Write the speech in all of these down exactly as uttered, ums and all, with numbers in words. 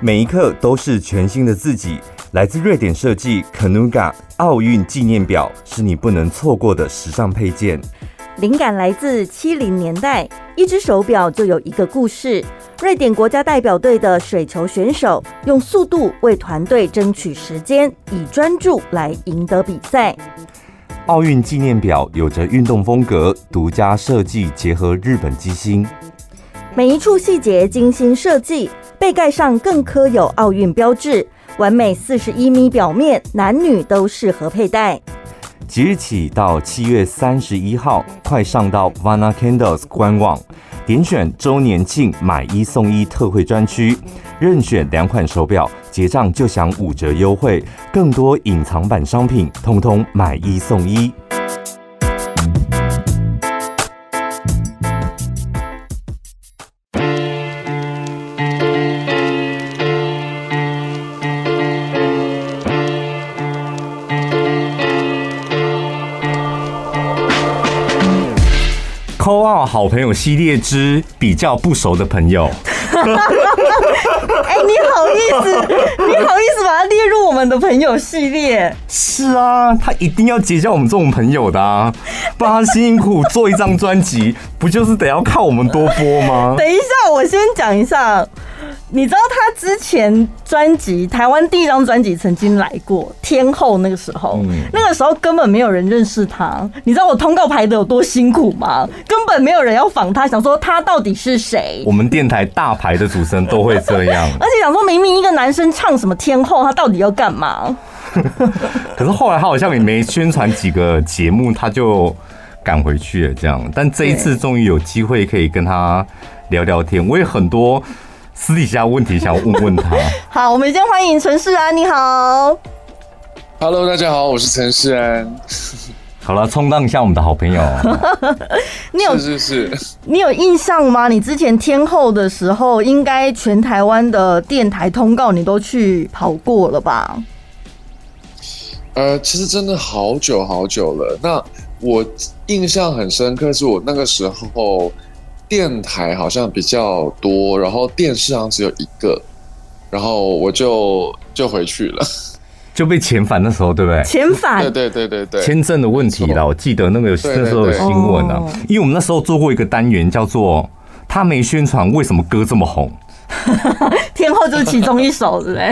每一刻都是全新的自己。来自瑞典设计 Kanuga 奥运纪念表，是你不能错过的时尚配件。 灵感来自七零年代，一只手表就有一个故事。瑞典国家代表队的水球选手用速度为团队争取时间，以专注来赢得比赛。 奥运纪念表有着运动风格，独家设计结合日本机芯， 每一处细节精心设计，背盖上更刻有奥运标志，完美四十一米表面，男女都适合佩戴。 即日起到七月三十一号，快上到 Vana Candles 官网，点选周年庆买一送一特惠专区，任选两款手表，结账就享五折优惠，更多隐藏版商品，通通买一送一。Call Out 好朋友系列之比较不熟的朋友。 哎、欸，你好意思，你好意思把它列入我们的朋友系列？ 是啊，他一定要结交我们这种朋友的啊，不然他辛辛苦苦做一张专辑，不就是得要靠我们多播吗？ 等一下，我先讲一下。你知道他之前专辑台湾第一张专辑曾经来过天后，那个时候、嗯、那个时候根本没有人认识他。你知道我通告排的有多辛苦吗？根本没有人要访他，想说他到底是谁。 我们电台大牌的主持人都会这样， 而且想说明明一个男生唱什么天后，他到底要干嘛？ 可是后来他好像也没宣传几个节目，他就赶回去了这样。但这一次终于有机会可以跟他聊聊天，我也很多私底下问题想问问他。 好，我们先欢迎陈世安，你好。 Hello， 大家好，我是陈世安。 好了，充当一下我们的好朋友。 你有是是是， 你有印象吗？你之前天后的时候，应该全台湾的电台通告你都去跑过了吧？ 呃，其实真的好久好久了。那我印象很深刻，是我那个时候。电台好像比较多，然后电视好像只有一个，然后我就就回去了， 就被遣返那时候，对不对？ 遣返， 对对对对对， 签证的问题啦，我记得那个有那时候有新闻啊，因为我们那时候做过一个单元叫做“他没宣传，为什么歌这么红”。 天后就是其中一首，对不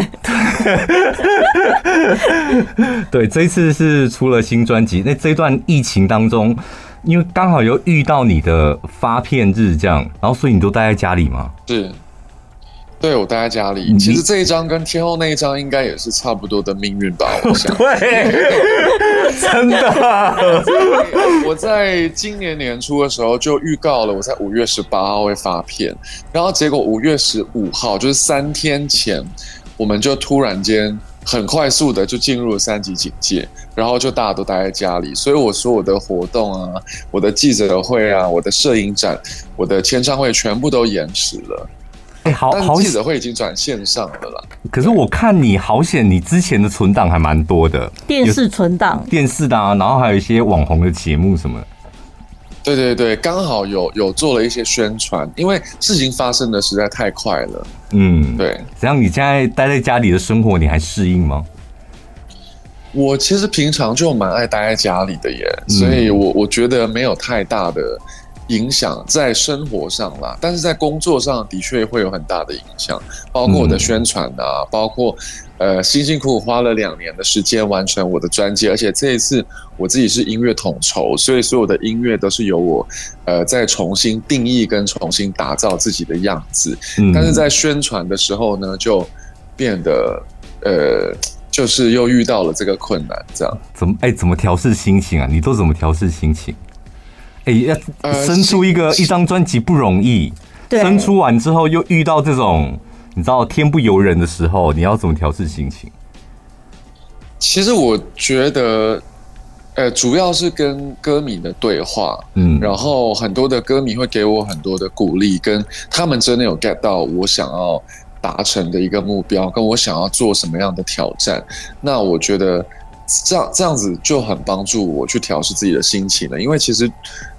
对？对，这一次是出了新专辑，那这段疫情当中。因为刚好又遇到你的发片日，这样，然后所以你都待在家里吗？ 是，对，我待在家里。其实这一张跟天后那一张应该也是差不多的命运吧，我想。 对，真的。 我在今年年初的时候就预告了，我在五月十八号会发片，然后结果五月十五号，就是三天前，我们就突然间。很快速的就进入了三级警戒，然后就大家都待在家里，所以我说我的活动啊，我的记者会啊，我的摄影展，我的签唱会全部都延迟了。 哎、欸，好， 但记者会已经转线上了啦。 可是我看你好险，你之前的存档还蛮多的， 电视存档、 电视的啊，然后还有一些网红的节目什么的。 对对对，刚好有有做了一些宣传，因为事情发生的实在太快了。嗯，对。 怎样？你现在待在家里的生活，你还适应吗？ 我其实平常就蛮爱待在家里的耶，嗯、所以我我觉得没有太大的影响在生活上啦，但是在工作上的确会有很大的影响，包括我的宣传啊，嗯、包括呃辛辛苦苦花了两年的时间完成我的专辑，而且这一次我自己是音乐统筹，所以所有的音乐都是由我呃再重新定义跟重新打造自己的样子，嗯、但是在宣传的时候呢，就变得呃就是又遇到了这个困难，这样怎么哎、欸、怎么调适心情啊？你都怎么调适心情？哎、欸，要生出一个、呃、一张专辑不容易，生出完之后又遇到这种你知道天不由人的时候，你要怎么调适心情？ 其实我觉得，呃，主要是跟歌迷的对话，嗯，然后很多的歌迷会给我很多的鼓励，跟他们真的有 get 到我想要达成的一个目标，跟我想要做什么样的挑战。那我觉得这样这样子就很帮助我去调试自己的心情了，因为其实。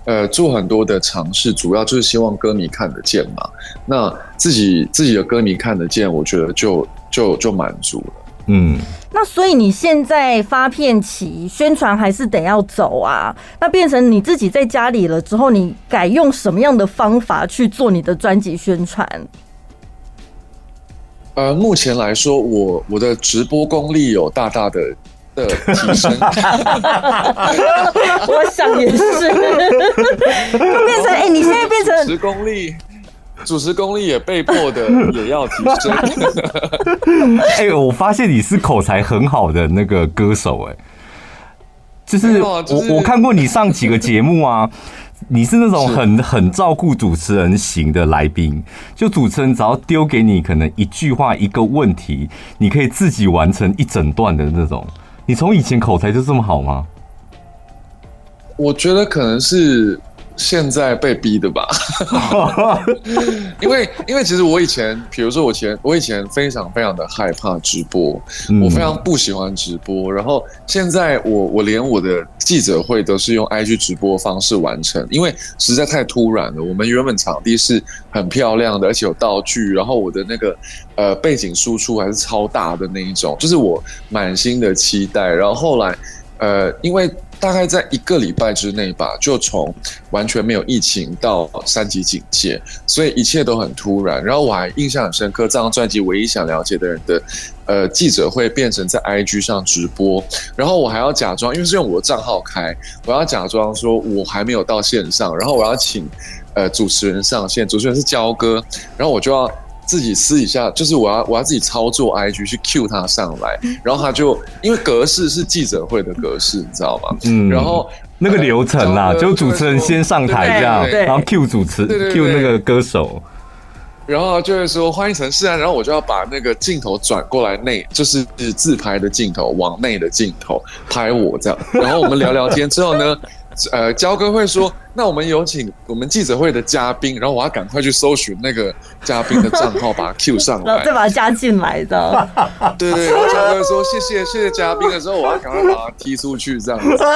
呃做很多的尝试，主要就是希望歌迷看得见嘛。那自己自己的歌迷看得见，我觉得就就就满足了。 嗯， 那所以你现在发片期宣传还是得要走啊？那变成你自己在家里了之后，你改用什么样的方法去做你的专辑宣传？ 呃，目前来说，我我的直播功力有大大的的提升。 我想也是，就变成哎、欸，你现在变成主持功力。主持功力也被迫的也要提升。 哎、欸，我发现你是口才很好的那个歌手、欸，哎，就是我、就是、我看过你上几个节目啊，你是那种很很照顾主持人型的来宾，就主持人只要丢给你可能一句话一个问题，你可以自己完成一整段的那种。你从以前口才就这么好吗？ 我觉得可能是。现在被逼的吧，因为因为其实我以前，比如说我前我以前非常非常的害怕直播，嗯、我非常不喜欢直播。然后现在我我连我的记者会都是用 I G 直播方式完成，因为实在太突然了。我们原本场地是很漂亮的，而且有道具，然后我的那个呃背景输出还是超大的那一种，就是我满心的期待。然后后来呃因为。大概在一个礼拜之内吧，就从完全没有疫情到三级警戒，所以一切都很突然。然后我还印象很深刻，这张专辑唯一想了解的人的呃记者会变成在 I G 上直播，然后我还要假装，因为是用我的账号开，我要假装说我还没有到线上，然后我要请呃主持人上线，主持人是焦哥，然后我就要。自己私底下就是我要我要自己操作 I G 去 cue 他上来，然后他就因为格式是记者会的格式，你知道吗？嗯，然后那个流程啦，就主持人先上台这样，然后 cue 主持 cue 那个歌手， 然后就会说欢迎陈世安，然后我就要把那个镜头转过来内，就是自拍的镜头往内的镜头拍我这样，然后我们聊聊天之后呢。呃，焦哥会说，那我们有请我们记者会的嘉宾，然后我要赶快去搜寻那个嘉宾的账号，把他 Q 上来， 然后再把他加进来的。 对对，然后焦哥会说谢谢谢谢嘉宾的时候，我要赶快把他踢出去，这样子。所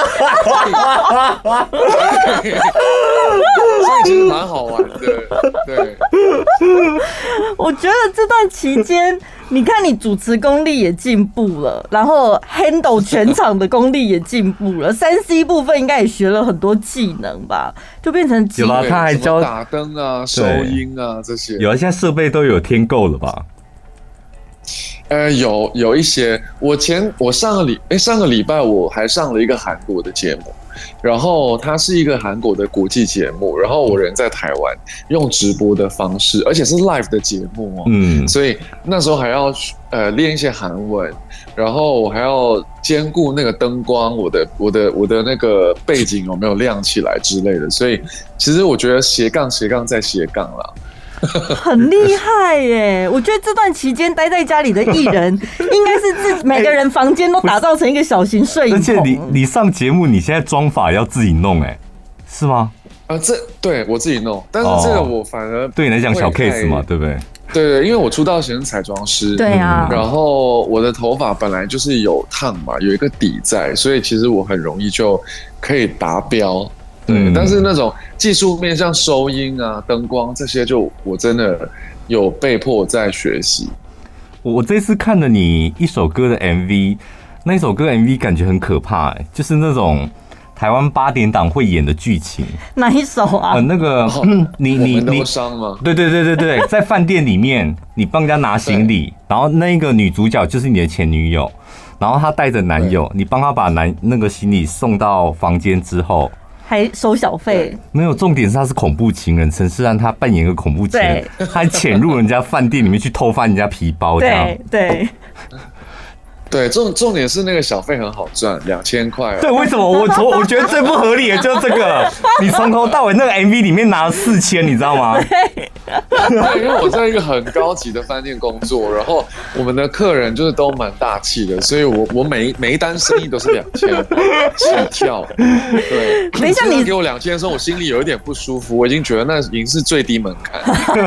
以其实蛮好玩的，对。 我觉得这段期间。你看，你主持功力也进步了，然后 handle 全场的功力也进步了，三 C 部分应该也学了很多技能吧，就变成有了，他还教打灯啊、收音啊这些。 有了，现在设备都有添购了吧？ 呃，有有一些，我前我上个礼哎上个礼拜我还上了一个韩国的节目。然后它是一个韩国的国际节目，然后我人在台湾，用直播的方式，而且是 live 的节目哦，嗯，所以那时候还要呃练一些韩文，然后我还要兼顾那个灯光，我的我的我的那个背景有没有亮起来之类的，所以其实我觉得斜杠斜杠再斜杠啦。 很厉害耶！我觉得这段期间待在家里的艺人，应该是自每个人房间都打造成一个小型摄影棚。 而且你你上节目，你现在妆法要自己弄，哎，是吗？ 啊，这对我自己弄，但是这个我反而对你来讲小 case 嘛，对不对？ 对对，因为我出道前是彩妆师， 对啊， 然后我的头发本来就是有烫嘛，有一个底在，所以其实我很容易就可以达标。对，嗯、但是那种技术面像收音啊、灯光这些，就我真的有被迫在学习。 我这次看了你一首歌的 M V， 那一首歌 M V 感觉很可怕、欸，就是那种台湾八点档会演的剧情。 哪一首啊？ 呃，那个、哦、你你你伤吗？ 对对对对对，在饭店里面，你帮人家拿行李，然后那个女主角就是你的前女友，然后她带着男友，你帮她把男那个行李送到房间之后。 还收小费？ 没有，重点是他是恐怖情人，陈世安他扮演一个恐怖情人，他还潜入人家饭店里面去偷翻人家皮包，这样对对。 对，重重点是那个小费很好赚，两千块。 对，为什么我从我觉得最不合理的就是这个，你从头到尾那个 M V 里面拿了四千，你知道吗？ 对，因为我在一个很高级的饭店工作，然后我们的客人就是都蛮大气的，所以我我每每一单生意都是两千起跳。对， 等一下你给我两千的时候，我心里有一点不舒服，我已经觉得那已经是最低门槛。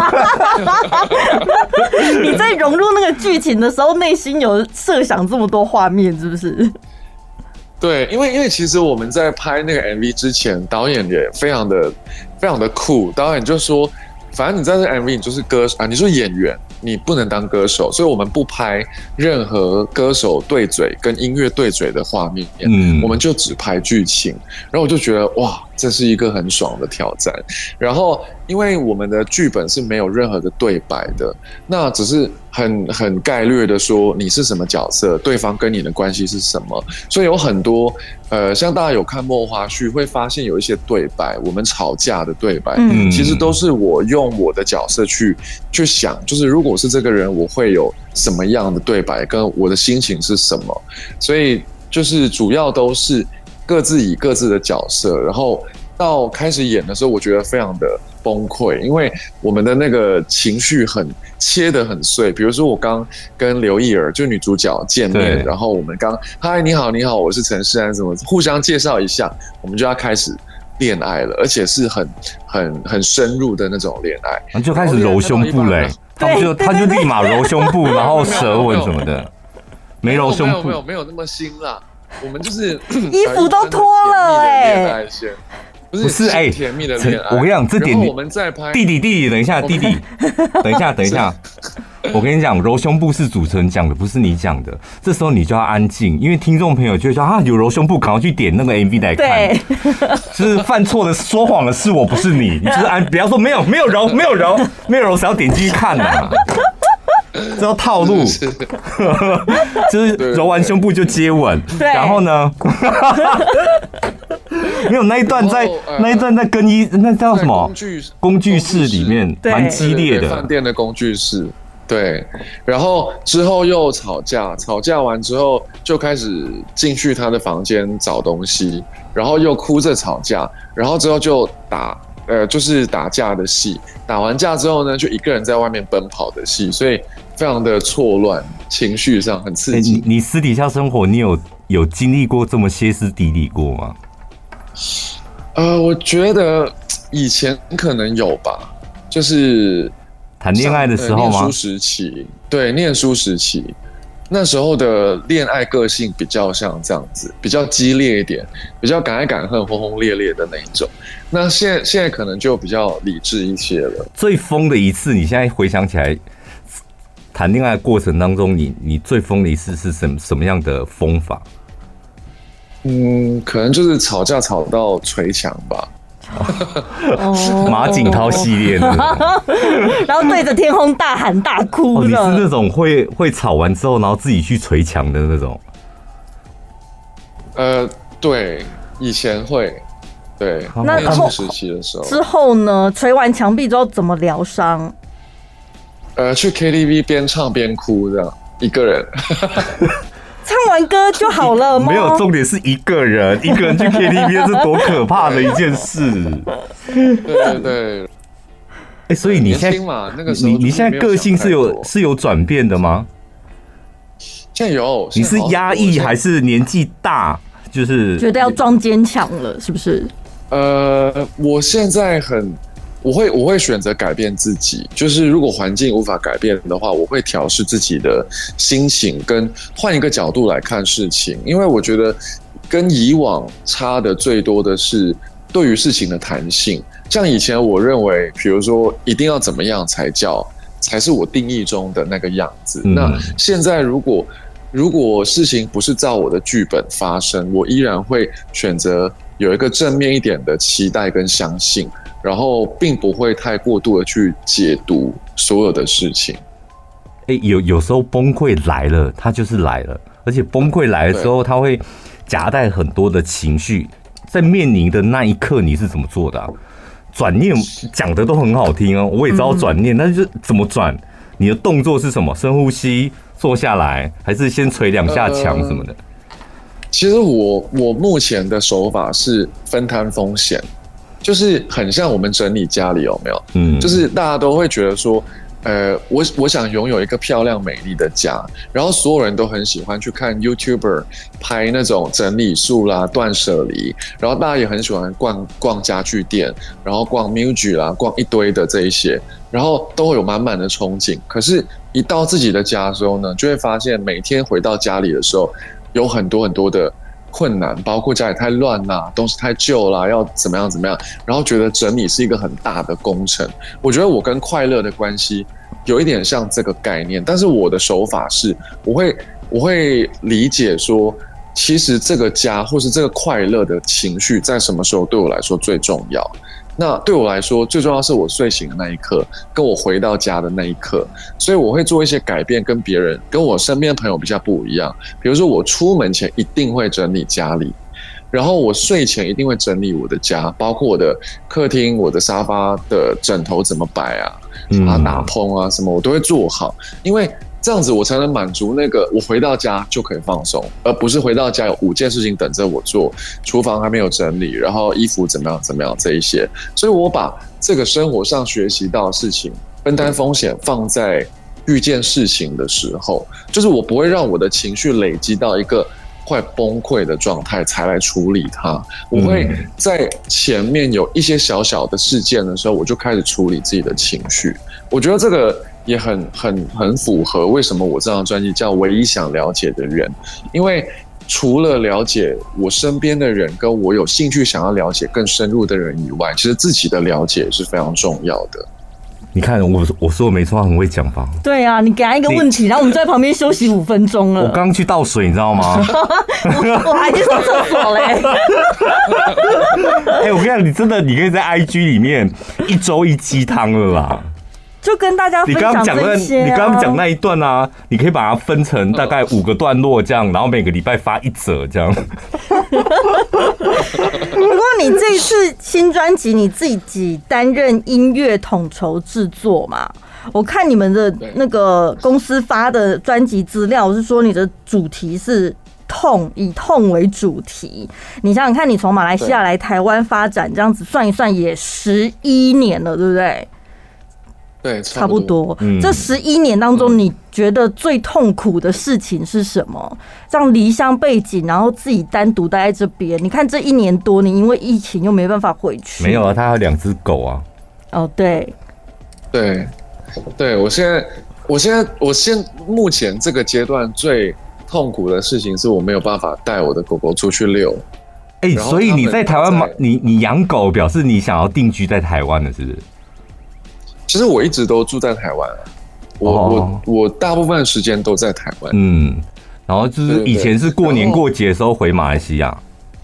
你在融入那个剧情的时候，内心有设想这么多画面，是不是？ 对，因为因为其实我们在拍那个 M V 之前，导演也非常的非常的酷，导演就说，反正你在这个 M V 你就是歌啊，你说演员，你不能当歌手，所以我们不拍任何歌手对嘴跟音乐对嘴的画面，嗯，我们就只拍剧情。然后我就觉得哇，这是一个很爽的挑战。然后因为我们的剧本是没有任何的对白的，那只是很很概略的说你是什么角色，对方跟你的关系是什么，所以有很多呃，像大家有看幕后花絮会发现有一些对白，我们吵架的对白，嗯，其实都是我用我的角色去去想，就是如果是这个人，我会有什么样的对白，跟我的心情是什么，所以就是主要都是各自以各自的角色，然后到开始演的时候，我觉得非常的崩溃，因为我们的那个情绪很切得很碎。比如说我刚跟刘亦儿就女主角见面，然后我们刚嗨你好你好，我是陈世安，怎么互相介绍一下，我们就要开始恋爱了，而且是很很很深入的那种恋爱， 就开始揉胸部嘞，他就他就立马揉胸部，然后舌吻什么的，没揉胸部， 没有没有没有那么辛辣，我们就是衣服都脱了哎、欸。 不是哎，甜蜜的恋爱。 我跟你讲，这点我们再拍弟弟弟弟，等一下，弟弟，等一下，等一下，我跟你讲，揉胸部是主持人讲的，不是你讲的。这时候你就要安静，因为听众朋友就会说啊，有揉胸部，赶快去点那个 M V 来看。就是犯错的、说谎的是我，不是你。你就是安，不要说没有没有揉，没有揉，没有揉，谁要点进去看啊？这要套路，就是揉完胸部就接吻，然后呢？没有那一段在那一段在更衣，那叫什么？工具工具室里面蛮激烈的， 饭店的工具室。对，然后之后又吵架，吵架完之后就开始进去他的房间找东西，然后又哭着吵架，然后之后就打，呃，就是打架的戏。打完架之后呢，就一个人在外面奔跑的戏，所以非常的错乱，情绪上很刺激。 欸、你, 你私底下生活，你有有经历过这么歇斯底里过吗？ 呃，我觉得以前可能有吧，就是谈恋爱的时候吗？ 念书时期，对，念书时期，那时候的恋爱个性比较像这样子，比较激烈一点，比较敢爱敢恨、轰轰烈烈的那一种。那现在现在可能就比较理智一些了。 最疯的一次，你现在回想起来，谈恋爱的过程当中，你你最疯的一次是什么什么样的疯法？ 嗯，可能就是吵架吵到捶墙吧。 哦、马景涛系列的， 然后对着天空大喊大哭的。 哦、你是那种会会吵完之后，然后自己去捶墙的那种。 呃，对，以前会，对， 那年轻时期的时候。 之后呢？捶完墙壁之后怎么疗伤？ 呃，去 K T V 边唱边哭，这样一个人。 唱完歌就好了吗？ 没有，重点是一个人，一个人去 K T V 是多可怕的一件事。 对对对。哎、 欸，所以你现在嘛，那个时候你你现在个性是有是有转变的吗？ 现在有。 你是压抑还是年纪大？就是觉得要装坚强了，是不是？ 呃，我现在很。我会我会选择改变自己，就是如果环境无法改变的话，我会调试自己的心情，跟换一个角度来看事情。因为我觉得跟以往差的最多的是对于事情的弹性。像以前我认为，比如说一定要怎么样才叫才是我定义中的那个样子。嗯、那现在如果如果事情不是照我的剧本发生，我依然会选择有一个正面一点的期待跟相信。然后并不会太过度的去解读所有的事情。 欸、有有时候崩溃来了，它就是来了，而且崩溃来的时候，它会夹带很多的情绪。在面临的那一刻，你是怎么做的、啊？转念讲的都很好听哦，我也知道转念，但是怎么转？你的动作是什么？深呼吸，坐下来，还是先捶两下墙什么的？呃、 其实我我目前的手法是分摊风险。就是很像我们整理家里有没有？嗯，就是大家都会觉得说，呃，我我想拥有一个漂亮美丽的家，然后所有人都很喜欢去看 YouTuber 拍那种整理术啦、断舍离，然后大家也很喜欢逛逛家具店，然后逛 Muji 啦，逛一堆的这一些，然后都会有满满的憧憬。可是，一到自己的家的时候呢，就会发现每天回到家里的时候，有很多很多的困难，包括家里太乱啦，东西太旧啦，要怎么样怎么样，然后觉得整理是一个很大的工程。我觉得我跟快乐的关系有一点像这个概念，但是我的手法是，我会我会理解说，其实这个家或是这个快乐的情绪，在什么时候对我来说最重要？那对我来说，最重要是我睡醒的那一刻，跟我回到家的那一刻。所以我会做一些改变，跟别人、跟我身边的朋友比较不一样。比如说，我出门前一定会整理家里，然后我睡前一定会整理我的家，包括我的客厅、我的沙发的枕头怎么摆啊，把它打蓬啊，什么我都会做好，因为这样子我才能满足那个我回到家就可以放松，而不是回到家有五件事情等着我做，厨房还没有整理，然后衣服怎么样怎么样这一些。所以我把这个生活上学习到的事情分担风险放在遇见事情的时候，就是我不会让我的情绪累积到一个快崩溃的状态才来处理它，我会在前面有一些小小的事件的时候，我就开始处理自己的情绪。我觉得这个也很很很符合为什么我这张专辑叫唯一想了解的人，因为除了了解我身边的人跟我有兴趣想要了解更深入的人以外，其实自己的了解也是非常重要的。 你看我我说的没错，很会讲吧？对啊，你给他一个问题，然后我们在旁边休息五分钟了。 我刚去倒水，你知道吗？ 我, 我还去上厕所嘞。 哎、欸，我跟你讲，你真的，你可以在 I G 里面一周一鸡汤了啦。 就跟大家分享这些、啊、 你刚刚讲那一段啊，你可以把它分成大概五个段落这样，然后每个礼拜发一则这样。 不过你这一次新专辑你自己担任音乐统筹制作嘛？我看你们的那个公司发的专辑资料是说你的主题是痛，以痛为主题。你想想看，你从马来西亚来台湾发展，这样子算一算也十一年了，对不对？ 对， 差不多。嗯、这十一年当中，你觉得最痛苦的事情是什么？这样离乡背井，然后自己单独待在这边。你看这一年多，你因为疫情又没办法回去。 没有啊，他还有两只狗啊。 哦，对， 对，对，我现在，我现在，我现目前这个阶段最痛苦的事情是我没有办法带我的狗狗出去遛。 哎、欸，所以你在台湾，你你养狗，表示你想要定居在台湾了，是不是？ 其实我一直都住在台湾、啊，我、哦、我我大部分的时间都在台湾。 嗯，然后就是以前是过年过节的时候回马来西亚。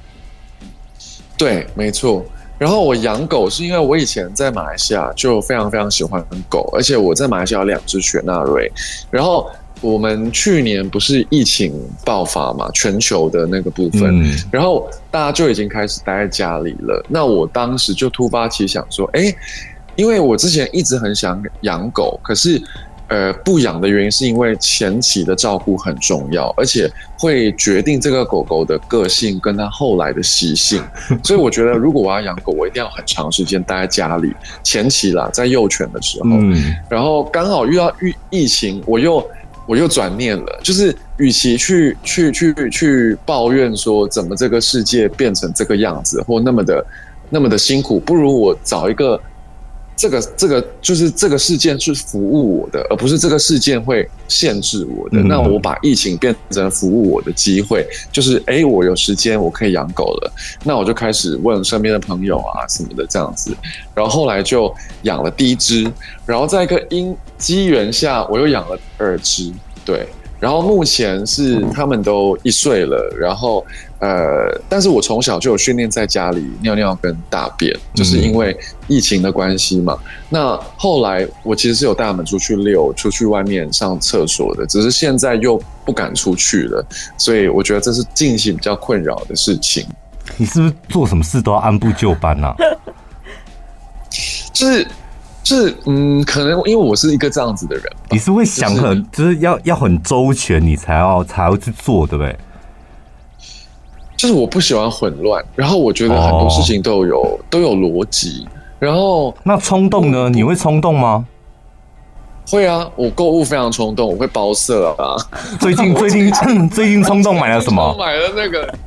对，没错。然后我养狗是因为我以前在马来西亚就非常非常喜欢狗，而且我在马来西亚有两只雪纳瑞。然后我们去年不是疫情爆发嘛，全球的那个部分，嗯、然后大家就已经开始待在家里了。那我当时就突发奇想说，哎。因为我之前一直很想养狗，可是，呃，不养的原因是因为前期的照顾很重要，而且会决定这个狗狗的个性跟它后来的习性。所以我觉得，如果我要养狗，我一定要很长时间待在家里。前期啦，在幼犬的时候，嗯、然后刚好遇到疫疫情，我又我又转念了，就是与其去去去去抱怨说怎么这个世界变成这个样子，或那么的那么的辛苦，不如我找一个。这个这个就是这个事件是服务我的，而不是这个事件会限制我的。嗯、那我把疫情变成服务我的机会，就是哎、欸，我有时间我可以养狗了，那我就开始问身边的朋友啊什么的这样子，然后后来就养了第一只，然后在一个因机缘下，我又养了二只，对。然后目前是他们都一岁了，然后呃，但是我从小就有训练在家里尿尿跟大便，就是因为疫情的关系嘛。那后来我其实是有带他们出去遛，出去外面上厕所的，只是现在又不敢出去了，所以我觉得这是近期比较困扰的事情。 你是不是做什么事都要按部就班啊？ 就是是嗯，可能因为我是一个这样子的人， 你是会想很，就是、就是要要很周全，你才要才要去做，对不对？ 就是我不喜欢混乱，然后我觉得很多事情都有、哦、都有逻辑，然后那冲动呢？你会冲动吗？ 会啊，我购物非常冲动，我会包色啊。 最近最近最近冲动买了什么？ 买了那个，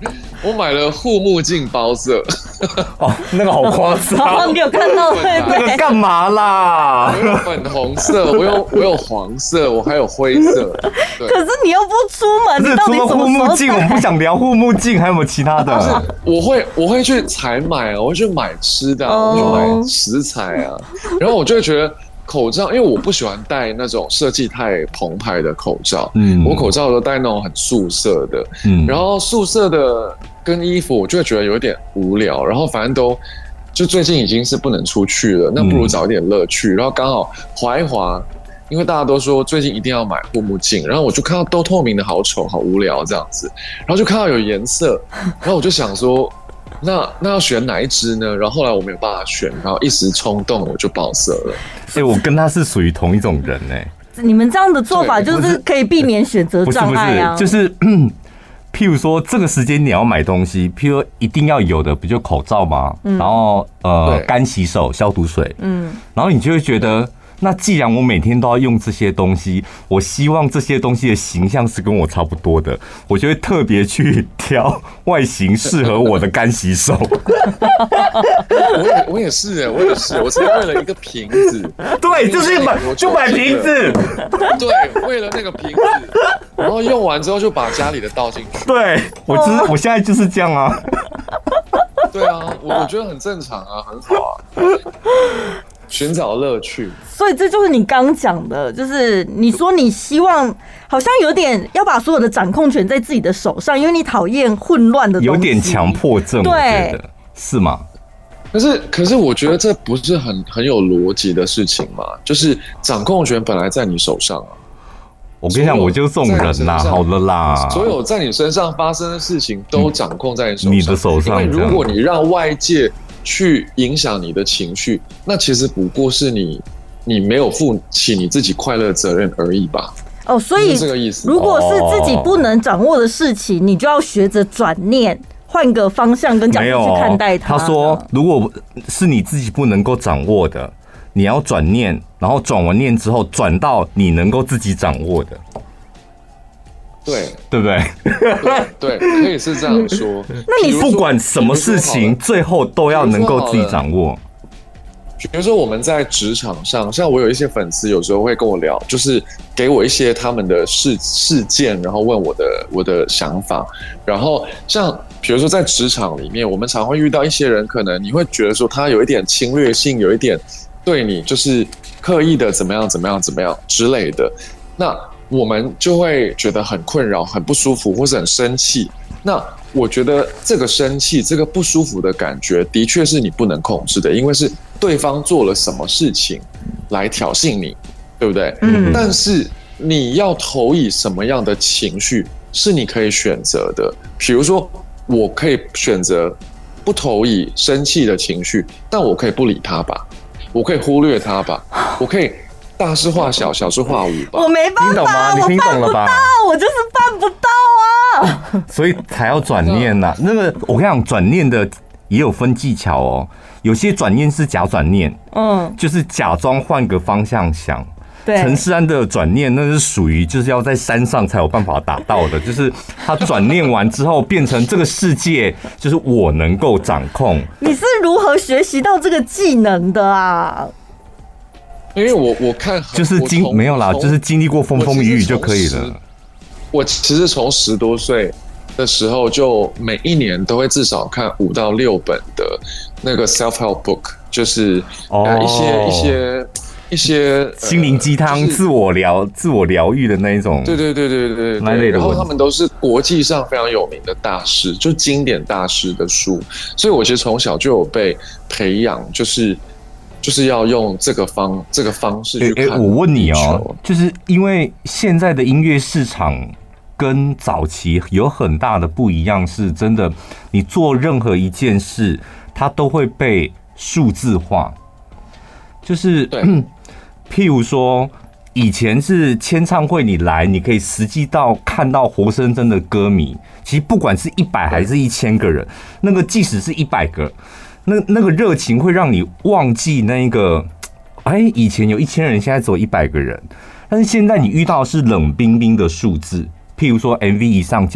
我买了护目镜包色。 哦，那个好夸张！ 你有看到对对？ 那个干嘛啦？ 我有粉红色，我有我有黄色，我还有灰色。对， 可是你又不出门，你到底除了护目镜，我们不想聊护目镜，还有没有其他的？ 我会我会去采买啊，我会去买吃的、啊，我会去买食材啊，然后我就会觉得。口罩，因为我不喜欢戴那种设计太澎湃的口罩，嗯，我口罩都戴那种很素色的，嗯，然后素色的跟衣服，我就会觉得有点无聊，然后反正都就最近已经是不能出去了，那不如找一点乐趣，然后刚好滑一滑，因为大家都说最近一定要买护目镜，然后我就看到都透明的好丑，好无聊这样子，然后就看到有颜色，然后我就想说。那那要选哪一支呢？然后后来我没有办法选，然后一时冲动我就爆色了。 哎、欸，我跟他是属于同一种人哎、 欸。你们这样的做法就是可以避免选择障碍啊。 不是不是，就是、嗯、譬如说这个时间你要买东西，譬如说一定要有的，不就口罩吗？嗯、然后呃干洗手、消毒水，嗯，然后你就会觉得。那既然我每天都要用这些东西，我希望这些东西的形象是跟我差不多的，我就会特别去挑外形适合我的干洗手。 我也我也是哎，我也是，我是为了一个瓶子， 对，就是买就买瓶子， 对，为了那个瓶子，然后用完之后就把家里的倒进去。 对，我就是我现在就是这样啊。 对啊，我我觉得很正常啊，很好啊。寻找乐趣， 所以这就是你刚讲的，就是你说你希望好像有点要把所有的掌控权在自己的手上，因为你讨厌混乱的东西， 有点强迫症，我觉得是吗？ 可是，可是我觉得这不是很很有逻辑的事情嘛？就是掌控权本来在你手上啊。 我跟你讲，我就这种人啦，好了啦， 所有在你身上发生的事情都掌控在你手上， 你的手上。 因为如果你让外界去影响你的情绪，那其实不过是你你没有负起你自己快乐责任而已吧？ 哦，所以这个意思。 如果是自己不能掌握的事情，你就要学着转念，换个方向跟角度去看待它。 他说，如果是你自己不能够掌握的，你要转念，然后转完念之后，转到你能够自己掌握的。 对， 对不对？ 对，对，可以是这样说。 那你不管什么事情，最后都要能够自己掌握。 比如说我们在职场上，像我有一些粉丝，有时候会跟我聊，就是给我一些他们的事事件，然后问我的我的想法。然后像比如说在职场里面，我们常会遇到一些人，可能你会觉得说他有一点侵略性，有一点对你就是刻意的怎么样怎么样怎么样之类的。那我们就会觉得很困扰、很不舒服，或是很生气。那我觉得这个生气、这个不舒服的感觉，的确是你不能控制的，因为是对方做了什么事情来挑衅你，对不对？嗯。但是你要投以什么样的情绪，是你可以选择的。比如说，我可以选择不投以生气的情绪，但我可以不理他吧，我可以忽略他吧，我可以。大事化小，小事化无吧。 我没办法， 听懂吗？你听懂了吧？ 我就是办不到啊。 所以才要转念呐、啊。那个，我跟你讲，转念的也有分技巧哦。有些转念是假转念，嗯，就是假装换个方向想。对，陈世安的转念那是属于就是要在山上才有办法达到的，就是他转念完之后变成这个世界就是我能够掌控。 你是如何学习到这个技能的啊？ 因为我我看就是经没有啦，就是经历过风风雨雨就可以了。 我其实从十多岁的时候，就每一年都会至少看五到六本的那个 self help book， 就是呃一些一些一些心灵鸡汤、自我疗自我疗愈的那一种。 对对对对对对。然后他们都是国际上非常有名的大师，就经典大师的书，所以我其实从小就有被培养，就是。就是要用这个方这个方式去看。 欸欸、我问你哦，就是因为现在的音乐市场跟早期有很大的不一样，是真的，你做任何一件事，它都会被数字化。就是譬如说，以前是签唱会，你来，你可以实际到看到活生生的歌迷。其实不管是一百还是一千个人，那个即使是一百个。那那个热情会让你忘记那个，哎，以前有一千人，现在只有一百个人，但是现在你遇到的是冷冰冰的数字。譬如说 M V 一上架，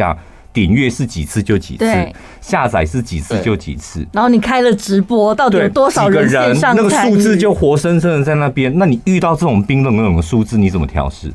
点阅是几次就几次，下载是几次就几次。 然后你开了直播，到底有多少人线上参与？ 那个数字就活生生的在那边。那你遇到这种冰冷冷的数字，你怎么调试？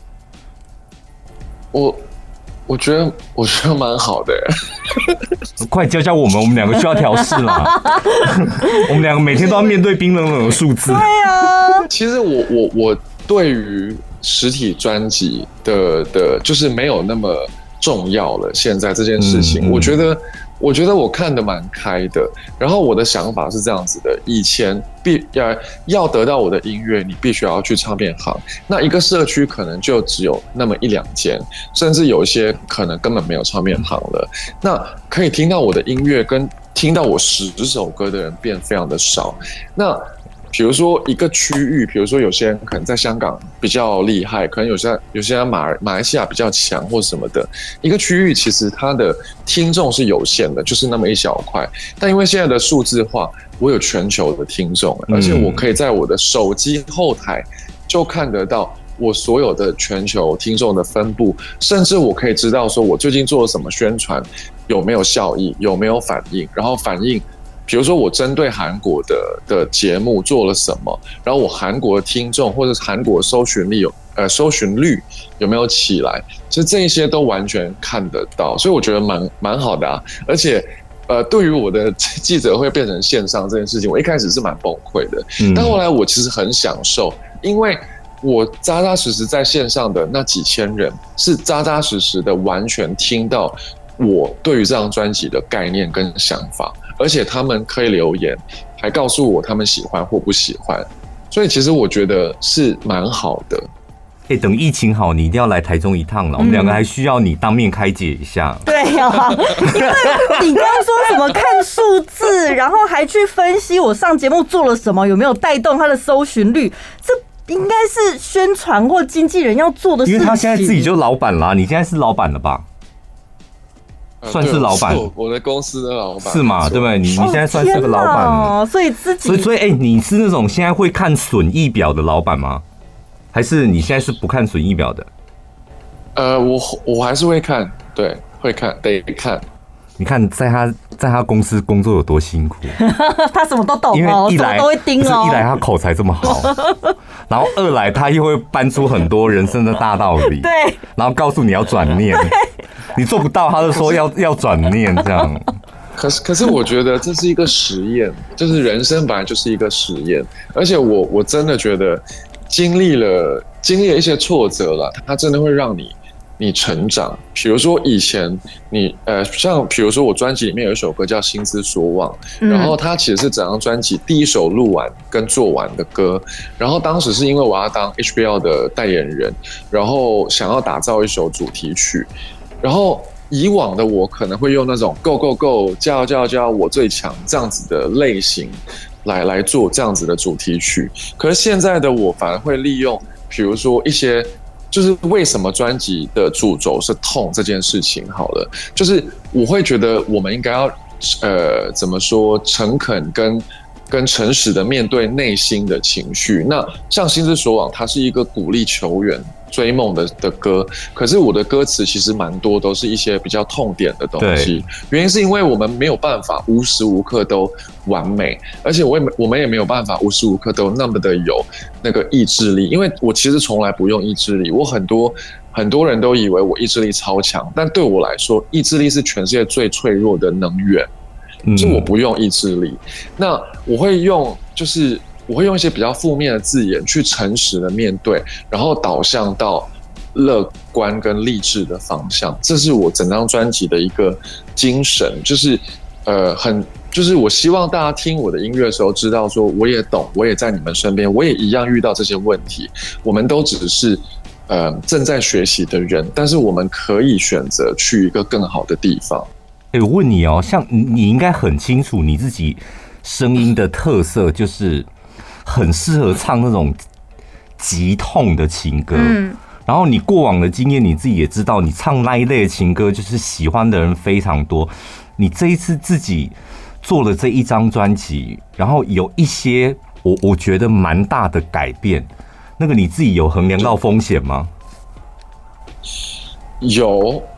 我我觉得我觉得蛮好的。 快教教我们，我们两个需要调试啦。我们两个每天都要面对冰冷冷的数字。 对啊， 其实我我我对于实体专辑的的，就是没有那么重要了。现在这件事情，嗯嗯我觉得，我觉得我看得蛮开的。然后我的想法是这样子的：以前必要要得到我的音乐，你必须要去唱片行。那一个社区可能就只有那么一两间，甚至有一些可能根本没有唱片行了。那可以听到我的音乐跟听到我十首歌的人变非常的少。那比如说一个区域，比如说有些人可能在香港比较厉害，可能有些有些人马马来西亚比较强或什么的，一个区域其实它的听众是有限的，就是那么一小块。但因为现在的数字化，我有全球的听众，而且我可以在我的手机后台就看得到我所有的全球听众的分布，甚至我可以知道说我最近做了什么宣传，有没有效益，有没有反应，然后反应。比如说我针对韩国的的节目做了什么，然后我韩国的听众或者韩国搜寻率有呃搜寻率有没有起来，其实这一些都完全看得到，所以我觉得蛮蛮好的啊。而且呃，对于我的记者会变成线上这件事情，我一开始是蛮崩溃的，嗯、但后来我其实很享受，因为我扎扎实实在线上的那几千人是扎扎实实的完全听到我对于这张专辑的概念跟想法。而且他们可以留言，还告诉我他们喜欢或不喜欢，所以其实我觉得是蛮好的。 哎、欸，等疫情好，你一定要来台中一趟了。嗯、我们两个还需要你当面开解一下。 对呀、啊，因为你刚刚说什么看数字，然后还去分析我上节目做了什么，有没有带动他的搜寻率，这应该是宣传或经纪人要做的事情。 因为他现在自己就老板啦，你现在是老板了吧？算是老板， 我, 我的公司的老板是嘛？对不对？你你现在算是个老板了， 所以自己， 所以所以哎、欸，你是那种现在会看损益表的老板吗？还是你现在是不看损益表的？ 呃，我我还是会看，对，会看，得看。 你看，在他在他公司工作有多辛苦， 他什么都懂哦， 因为一来什么都会盯哦。 一来他口才这么好，然后二来他又会搬出很多人生的大道理， 对， 然后告诉你要转念，你做不到，他就说要要转念这样。 可是可是我觉得这是一个实验，就是人生本来就是一个实验，而且我我真的觉得经历了经历了一些挫折了，它真的会让你。你成长，比如说以前你呃，像比如说我专辑里面有一首歌叫《心之所往》，嗯、然后它其实是整张专辑第一首录完跟做完的歌。然后当时是因为我要当 H B L 的代言人，然后想要打造一首主题曲。然后以往的我可能会用那种 Go Go Go 叫叫叫我最强这样子的类型来来做这样子的主题曲。可是现在的我反而会利用，比如说一些。就是为什么专辑的主轴是痛这件事情好了，就是我会觉得我们应该要呃怎么说诚恳跟跟诚实的面对内心的情绪。那像《心之所往》，它是一个鼓励球员追梦的的歌，可是我的歌词其实蛮多都是一些比较痛点的东西。原因是因为我们没有办法无时无刻都完美，而且我也我们也没有办法无时无刻都那么的有那个意志力。因为我其实从来不用意志力，我很多很多人都以为我意志力超强，但对我来说，意志力是全世界最脆弱的能源。就我不用意志力，那我会用就是我会用一些比较负面的字眼去诚实的面对，然后导向到乐观跟励志的方向。这是我整张专辑的一个精神，就是呃很就是我希望大家听我的音乐的时候知道说我也懂，我也在你们身边，我也一样遇到这些问题，我们都只是呃正在学习的人，但是我们可以选择去一个更好的地方。 欸、我问你哦，像你应该很清楚你自己声音的特色，就是很适合唱那种极痛的情歌。嗯，然后你过往的经验，你自己也知道，你唱那一类的情歌，就是喜欢的人非常多。你这一次自己做了这一张专辑，然后有一些我我觉得蛮大的改变，那个你自己有衡量到风险吗？ 有。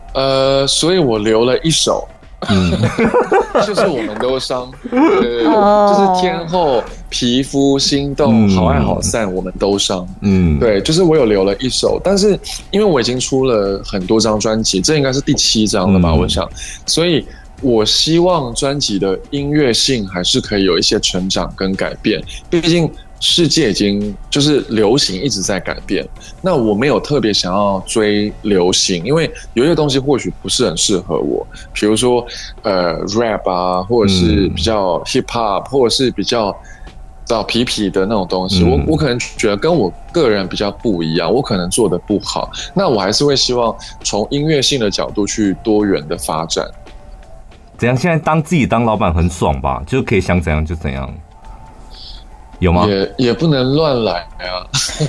呃，所以我留了一首。嗯，就是我们都伤，呃，就是天后、皮肤、心动、好爱好散，我们都伤。嗯，对，就是我有留了一首，但是因为我已经出了很多张专辑，这应该是第七张了吧？嗯、我想，所以我希望专辑的音乐性还是可以有一些成长跟改变，毕竟世界已经就是流行一直在改变，那我没有特别想要追流行，因为有些东西或许不是很适合我，比如说呃 rap 啊，或者是比较 hip hop， 或者是比较到皮皮的那种东西，嗯、我我可能觉得跟我个人比较不一样，我可能做的不好，那我还是会希望从音乐性的角度去多元的发展。 怎样？现在当自己当老板很爽吧？就可以想怎样就怎样。有吗？ 也也不能乱来啊！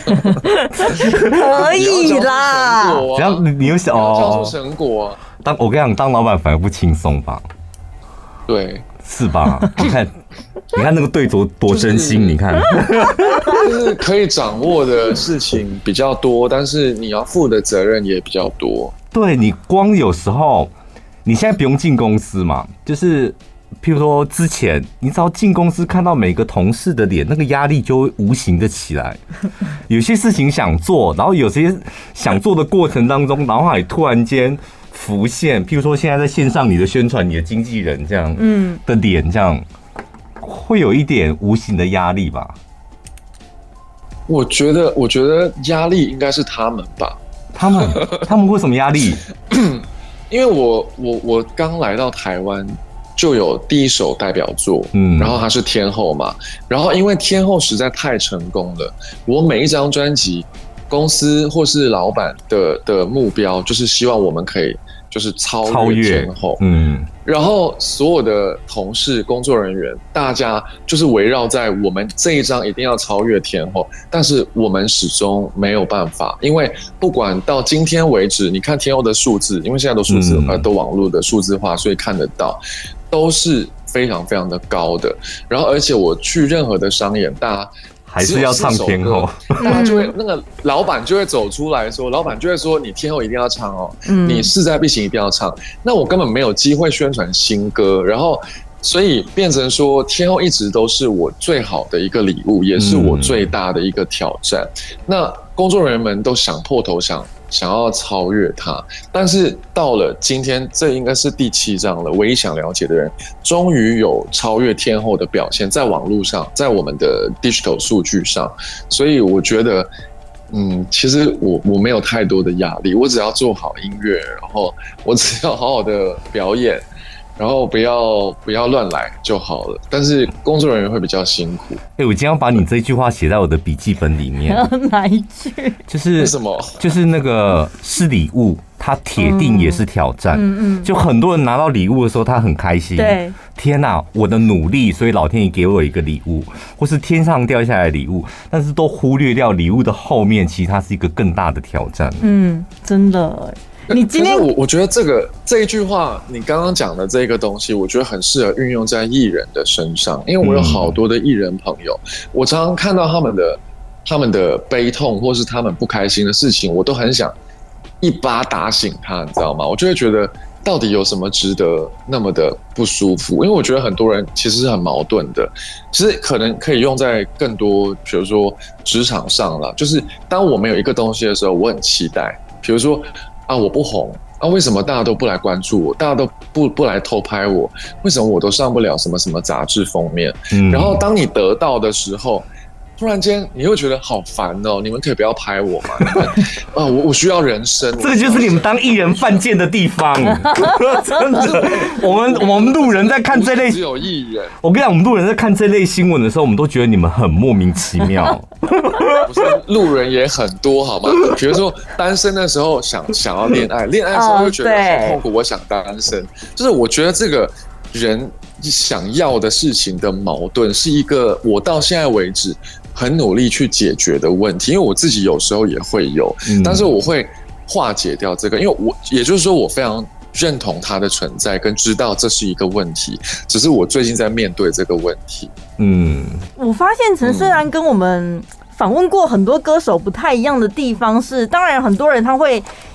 可以啦。 只要你有想哦，交出成果啊！ 当我跟你讲，当老板反而不轻松吧？ 对， 是吧？你看，你看那个对多多真心，就是、你看， 就是可以掌握的事情比较多，但是你要负的责任也比较多。 对，你光有时候，你现在不用进公司嘛，就是。譬如说，之前你只要进公司看到每个同事的脸，那个压力就会无形的起来。有些事情想做，然后有些想做的过程当中，脑海突然间浮现，譬如说现在在线上你的宣传，你的经纪人这样，嗯，的脸这样，会有一点无形的压力吧？ 我觉得，我觉得压力应该是他们吧。 他们，他们为什么压力？ 因为我我我刚来到台湾。就有第一首代表作，嗯，然后它是天后嘛，然后因为天后实在太成功了，我每一张专辑，公司或是老板的的目标就是希望我们可以就是超越天后，嗯，然后所有的同事、工作人员，大家就是围绕在我们这一张一定要超越天后，但是我们始终没有办法，因为不管到今天为止，你看天后的数字，因为现在都数字、嗯、都网络的数字化，所以看得到。都是非常非常的高的，然后而且我去任何的商演，大家还是要唱天后， 大家就会那个老板就会走出来说，老板就会说你天后一定要唱哦，嗯、你势在必行一定要唱，那我根本没有机会宣传新歌，然后所以变成说天后一直都是我最好的一个礼物，也是我最大的一个挑战。嗯、那工作人员们都想破头想。想要超越他，但是到了今天，这应该是第七章了。唯一想了解的人，终于有超越天后的表现，在网络上，在我们的 digital 数据上，所以我觉得，嗯，其实我我没有太多的压力，我只要做好音乐，然后我只要好好的表演。然后不要不要乱来就好了，但是工作人员会比较辛苦。 哎、欸，我今天要把你这句话写在我的笔记本里面。 哪一句？ 就是什么？ 就是那个是礼物，它铁定也是挑战。嗯嗯。就很多人拿到礼物的时候，他很开心。 对。 天哪、啊，我的努力，所以老天爷给我一个礼物，或是天上掉下来的礼物，但是都忽略掉礼物的后面，其实它是一个更大的挑战。 嗯，真的。你今天我我觉得这个这一句话，你刚刚讲的这个东西，我觉得很适合运用在艺人的身上，因为我有好多的艺人朋友，嗯、我常常看到他们的他们的悲痛，或是他们不开心的事情，我都很想一巴打醒他，你知道吗？我就会觉得到底有什么值得那么的不舒服？因为我觉得很多人其实是很矛盾的，其实可能可以用在更多，比如说职场上啦，就是当我们有一个东西的时候，我很期待，比如说。啊，我不红啊，为什么大家都不来关注我？大家都不不来偷拍我？为什么我都上不了什么什么杂志封面？嗯、然后当你得到的时候，突然间你会觉得好烦哦！你们可以不要拍我吗？啊，我我需要人生。 这个就是你们当艺人犯贱的地方，真的。我们我们路人在看这类， 只有艺人。 我跟你讲，我们路人在看这类新闻的时候，我们都觉得你们很莫名其妙。 不是路人也很多好吗？比如说单身的时候想想要恋爱，恋爱的时候又觉得好痛苦，我想单身。就是我觉得这个人想要的事情的矛盾，是一个我到现在为止很努力去解决的问题。因为我自己有时候也会有，嗯、但是我会化解掉这个，因为我也就是说我非常认同它的存在，跟知道这是一个问题，只是我最近在面对这个问题。 嗯，我发现陈虽然跟我们访问过很多歌手不太一样的地方是，当然很多人他会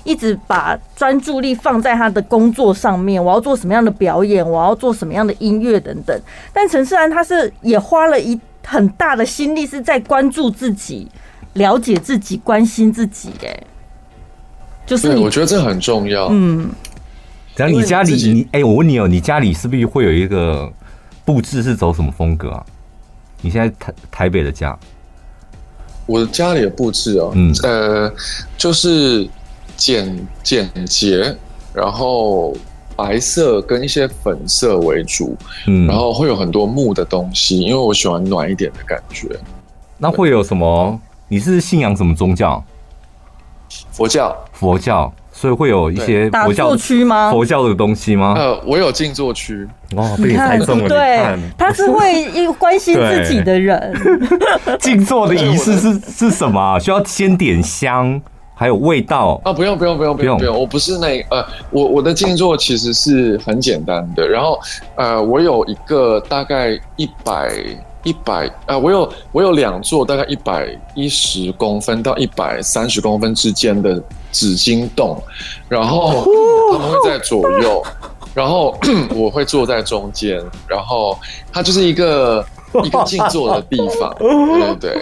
一直把专注力放在他的工作上面，我要做什么样的表演，我要做什么样的音乐等等。但陈势安他是也花了一很大的心力，是在关注自己、了解自己、关心自己。哎，就是你， 我觉得这很重要。 嗯， 然后你家里，你哎、欸，我问你哦，你家里是不是会有一个布置是走什么风格啊？你现在台台北的家， 我的家里的布置哦，嗯，呃，就是简简洁，然后白色跟一些粉色为主，嗯，然后会有很多木的东西，因为我喜欢暖一点的感觉。 那会有什么？你是信仰什么宗教？ 佛教。 佛教。所以会有一些佛教区吗？ 佛教的东西吗？ 呃，我有静坐区。 哇，被你猜中了！ 对，他是会关心自己的人。 静坐的仪式是是什么？需要先点香，还有味道啊？不用不用不用不用不用，我不是那呃，我我的静坐其实是很简单的。然后呃，我有一个大概一百。一百呃，我有我有两座大概一百一十公分到一百三十公分之间的纸巾洞，然后他们会在左右，然后我会坐在中间，然后它就是一个一个静坐的地方，对对对。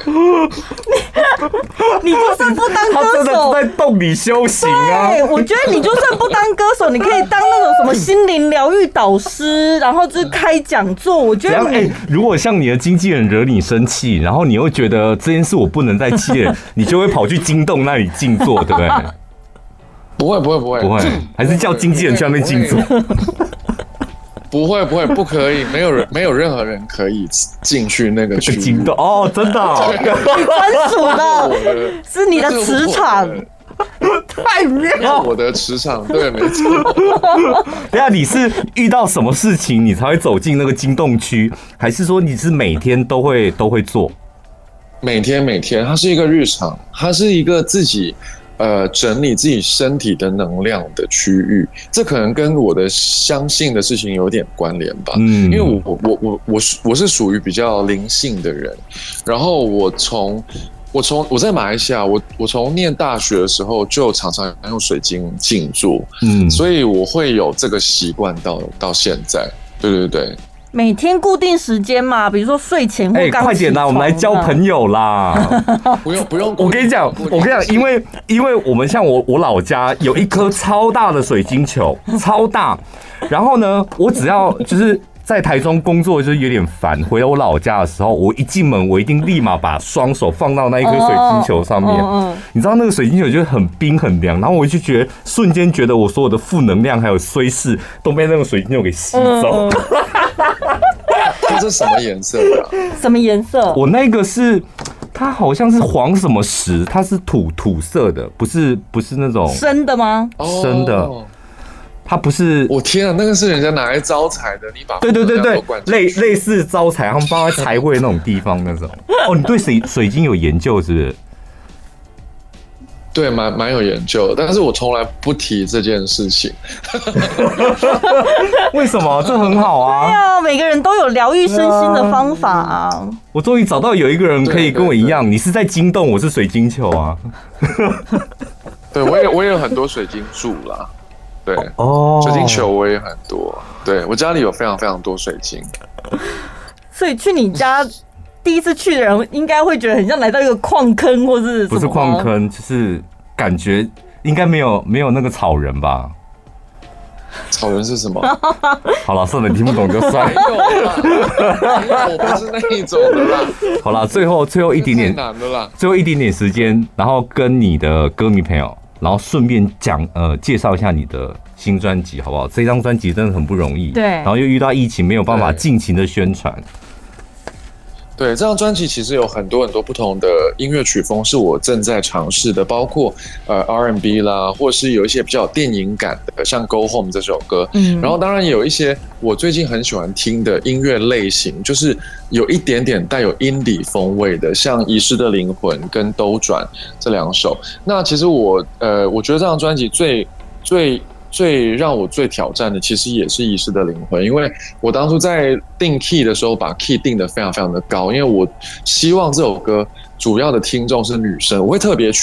你就算不当歌手， 他真的是在洞里修行啊！ 对，我觉得你就算不当歌手，你可以当那种什么心灵疗愈导师，然后就是开讲座。我觉得你、 欸，如果像你的经纪人惹你生气，然后你又觉得这件事我不能再气了，你就会跑去金洞那里静坐，对不对？ 不会，不会，不会， 不会，还是叫经纪人去那边静坐。 不会不会不可以，没有人没有任何人可以进去那个区域哦，真的、哦， 你专属的，是你的磁场， 太妙！ 我的磁场，对，没错。 等一下你是遇到什么事情你才会走进那个金洞区，还是说你是每天都会都会做？ 每天每天，它是一个日常，它是一个自己。呃，整理自己身体的能量的区域，这可能跟我的相信的事情有点关联吧。嗯，因为我我我我是我是属于比较灵性的人，然后我从我从我在马来西亚，我我从念大学的时候就常常用水晶静坐，嗯，所以我会有这个习惯到到现在。对对对。 每天固定时间嘛，比如说睡前或刚起床、欸、 快点啦，我们来交朋友啦！ 不用不用， 我跟你讲，我跟你讲，因为因为我们像我我老家有一颗超大的水晶球，超大。然后呢，我只要就是在台中工作就是有点烦，回到我老家的时候，我一进门我一定立马把双手放到那一颗水晶球上面。Oh, oh, oh. 你知道那个水晶球就是很冰很凉，然后我就觉得瞬间觉得我所有的负能量还有衰事都被那个水晶球给吸走。Oh, oh. 它是什么颜色的、啊？ 什么颜色？ 我那个是，它好像是黄什么石，它是土土色的，不是不是那种深的吗？ 深的，它不是。 我天啊，那个是人家拿来招财的，你把对对对对，类类似招财，他们放在财会那种地方那种。哦，你对水水晶有研究是不是？ 对，蛮蛮有研究的，但是我从来不提这件事情。 为什么？这很好啊！ 对啊，每个人都有疗愈身心的方法啊。 我终于找到有一个人可以跟我一样，你是在金洞，我是水晶球啊。 对，我也我也有很多水晶柱啦。对，哦，水晶球我也很多。对，我家里有非常非常多水晶。 所以去你家。第一次去的人应该会觉得很像来到一个矿坑，或是什么不是矿坑，就是感觉应该没有没有那个草人吧？ 草人是什么？ 好了，算了，你听不懂就算了。 没有啦，没有，我不是那一种的啦。 好了，最后最后一点点难的啦， 最后一点点时间，然后跟你的歌迷朋友，然后顺便讲呃介绍一下你的新专辑好不好？这张专辑真的很不容易， 对， 然后又遇到疫情，没有办法尽情的宣传。 对，这张专辑其实有很多很多不同的音乐曲风是我正在尝试的，包括呃 R and B 啦，或是有一些比较有电影感的，像《Go Home》这首歌。嗯，然后当然也有一些我最近很喜欢听的音乐类型，就是有一点点带有 indie 风味的，像《遗失的灵魂》跟《兜转》这两首。那其实我呃，我觉得这张专辑最最。最让我最挑战的其实也是遗失的灵魂，因为我当初在定 key 的时候把 key 定得非常非常的高，因为我希望这首歌主要的听众是女生，我会特别去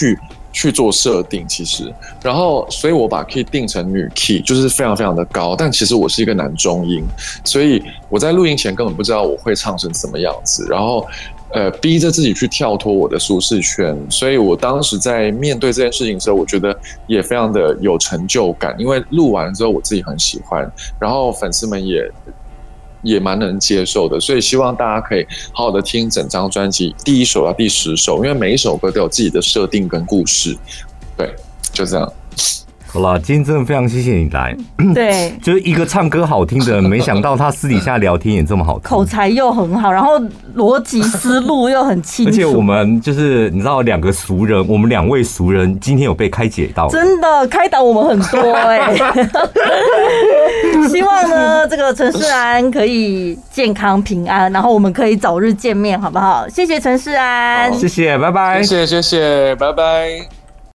去做设定，其实，然后所以我把 key 定成女 key， 就是非常非常的高，但其实我是一个男中音，所以我在录音前根本不知道我会唱成什么样子，然后呃逼着自己去跳脱我的舒适圈，所以我当时在面对这件事情的时候，我觉得也非常的有成就感，因为录完之后我自己很喜欢，然后粉丝们也。也蛮能接受的，所以希望大家可以好好的听整张专辑，第一首到第十首，因为每一首歌都有自己的设定跟故事。对，就这样。 好了，今天真的非常谢谢你来。 对， 就是一个唱歌好听的人，没想到他私底下聊天也这么好听， 口才又很好，然后逻辑思路又很清楚。 而且我们就是你知道，两个俗人，我们两位俗人今天有被开解到， 真的开导我们很多哎、欸。希望呢，这个陈世安可以健康平安，然后我们可以早日见面，好不好？谢谢陈世安， 谢谢，拜拜， 谢谢谢谢，拜拜。